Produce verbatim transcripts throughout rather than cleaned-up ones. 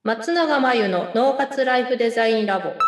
松永真由の脳活ライフデザインラボ。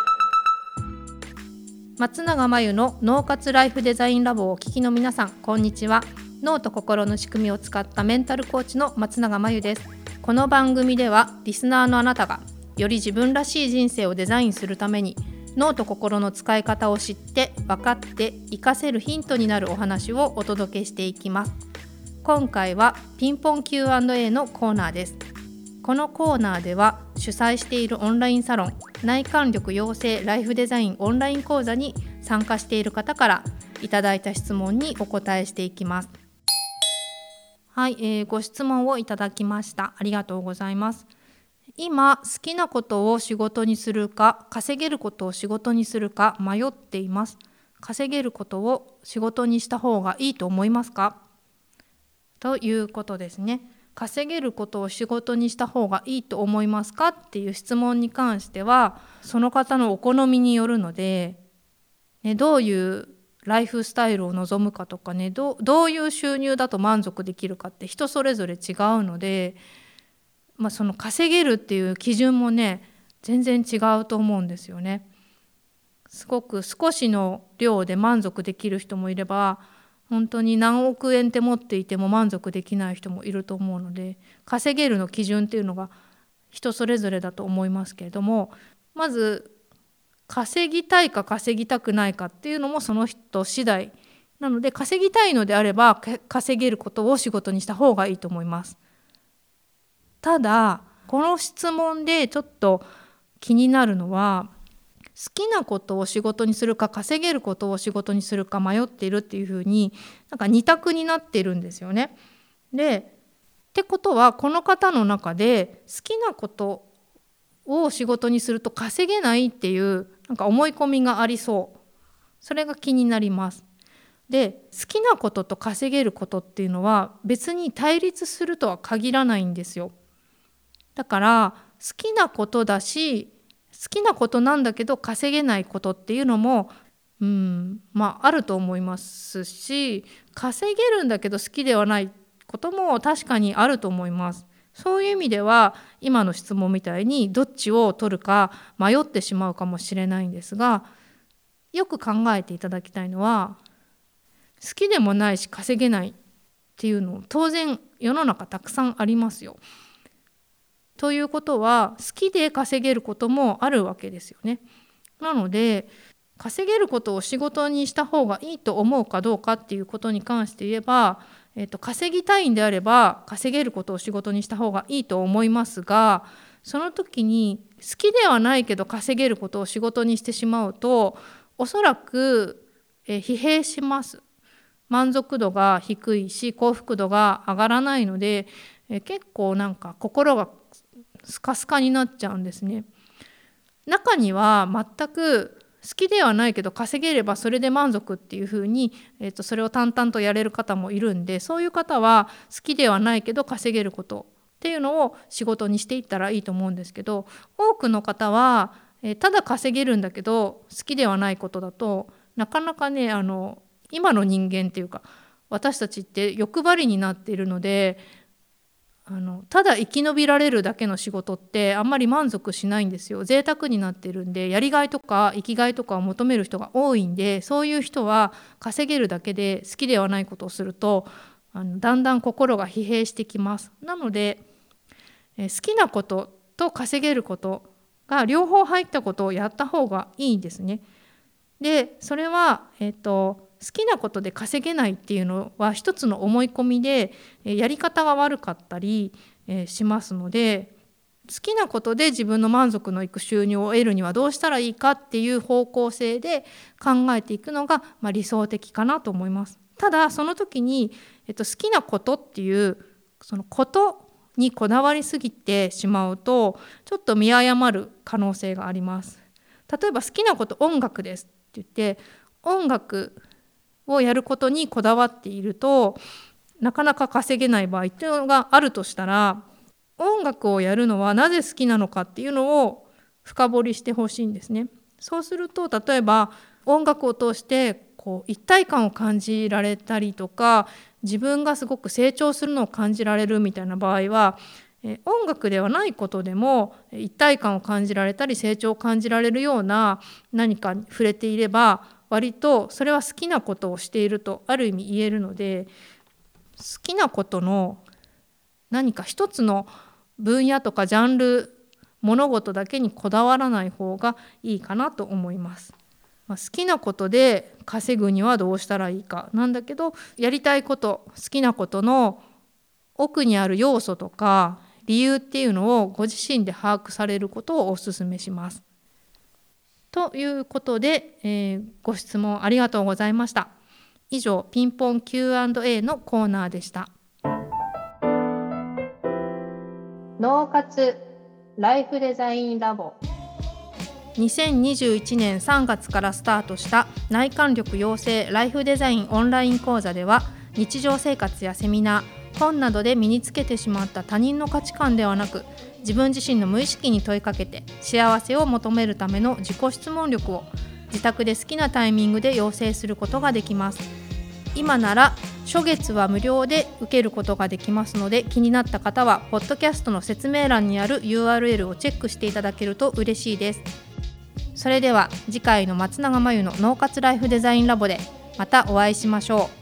松永真由の脳活ライフデザインラボをお聞きの皆さん、こんにちは。脳と心の仕組みを使ったメンタルコーチの松永真由です。この番組ではリスナーのあなたがより自分らしい人生をデザインするために脳と心の使い方を知って分かって活かせるヒントになるお話をお届けしていきます。今回はピンポン キューアンドエー のコーナーです。このコーナーでは主催しているオンラインサロン内観力養成ライフデザインオンライン講座に参加している方からいただいた質問にお答えしていきます。はい、えー、ご質問をいただきました。ありがとうございます。今好きなことを仕事にするか稼げることを仕事にするか迷っています。稼げることを仕事にした方がいいと思いますか？ということですね。稼げることを仕事にした方がいいと思いますかっていう質問に関してはその方のお好みによるので、ね、どういうライフスタイルを望むかとかね、どう、どういう収入だと満足できるかって人それぞれ違うので、まあ、その稼げるっていう基準もね全然違うと思うんですよね。すごく少しの量で満足できる人もいれば本当に何億円って持っていても満足できない人もいると思うので、稼げるの基準っていうのが人それぞれだと思いますけれども、まず稼ぎたいか稼ぎたくないかっていうのもその人次第なので、稼ぎたいのであれば稼げることを仕事にした方がいいと思います。ただこの質問でちょっと気になるのは、好きなことを仕事にするか稼げることを仕事にするか迷っているっていうふうになんか二択になっているんですよね。でってことはこの方の中で好きなことを仕事にすると稼げないっていうなんか思い込みがありそう。それが気になります。で好きなことと稼げることっていうのは別に対立するとは限らないんですよ。だから好きなことだし好きなことなんだけど稼げないことっていうのも、うん、まああると思いますし、稼げるんだけど好きではないことも確かにあると思います。そういう意味では今の質問みたいにどっちを取るか迷ってしまうかもしれないんですが、よく考えていただきたいのは、好きでもないし稼げないっていうの当然世の中たくさんありますよ。ということは好きで稼げることもあるわけですよね。なので稼げることを仕事にした方がいいと思うかどうかっていうことに関して言えば、えっと、稼ぎたいんであれば稼げることを仕事にした方がいいと思いますが、その時に好きではないけど稼げることを仕事にしてしまうとおそらくえ疲弊します。満足度が低いし幸福度が上がらないので、え結構なんか心がスカスカになっちゃうんですね。中には全く好きではないけど稼げればそれで満足っていうふうに、えーと、それを淡々とやれる方もいるんで、そういう方は好きではないけど稼げることっていうのを仕事にしていったらいいと思うんですけど、多くの方は、えー、ただ稼げるんだけど好きではないことだとなかなかね、あの今の人間っていうか私たちって欲張りになっているので、あのただ生き延びられるだけの仕事ってあんまり満足しないんですよ。贅沢になってるんで、やりがいとか生きがいとかを求める人が多いんで、そういう人は稼げるだけで好きではないことをするとあのだんだん心が疲弊してきます。なのでえ好きなことと稼げることが両方入ったことをやった方がいいんですね。でそれは、えーと好きなことで稼げないっていうのは一つの思い込みで、やり方が悪かったりしますので、好きなことで自分の満足のいく収入を得るにはどうしたらいいかっていう方向性で考えていくのが、まあ、理想的かなと思います。ただその時に、えっと、好きなことっていうそのことにこだわりすぎてしまうとちょっと見誤る可能性があります。例えば好きなこと音楽ですって言って音楽をやることにこだわっているとなかなか稼げない場合っていうのがあるとしたら、音楽をやるのはなぜ好きなのかっていうのを深掘りしてほしいんですね。そうすると例えば音楽を通してこう一体感を感じられたりとか自分がすごく成長するのを感じられるみたいな場合は、 え音楽ではないことでも一体感を感じられたり成長を感じられるような何かに触れていれば、割とそれは好きなことをしているとある意味言えるので、好きなことの何か一つの分野とかジャンル、物事だけにこだわらない方がいいかなと思います。まあ、好きなことで稼ぐにはどうしたらいいかなんだけど、やりたいこと、好きなことの奥にある要素とか理由っていうのをご自身で把握されることをお勧めします。ということで、えー、ご質問ありがとうございました。以上、ピンポン キューアンドエー のコーナーでした。 脳活ライフデザインラボ。 にせんにじゅういちねんさんがつからスタートした内観力養成ライフデザインオンライン講座では、日常生活やセミナー、本などで身につけてしまった他人の価値観ではなく、自分自身の無意識に問いかけて幸せを求めるための自己質問力を自宅で好きなタイミングで養成することができます。今なら初月は無料で受けることができますので、気になった方はポッドキャストの説明欄にある ユーアールエル をチェックしていただけると嬉しいです。それでは次回の松永真由の脳活ライフデザインラボでまたお会いしましょう。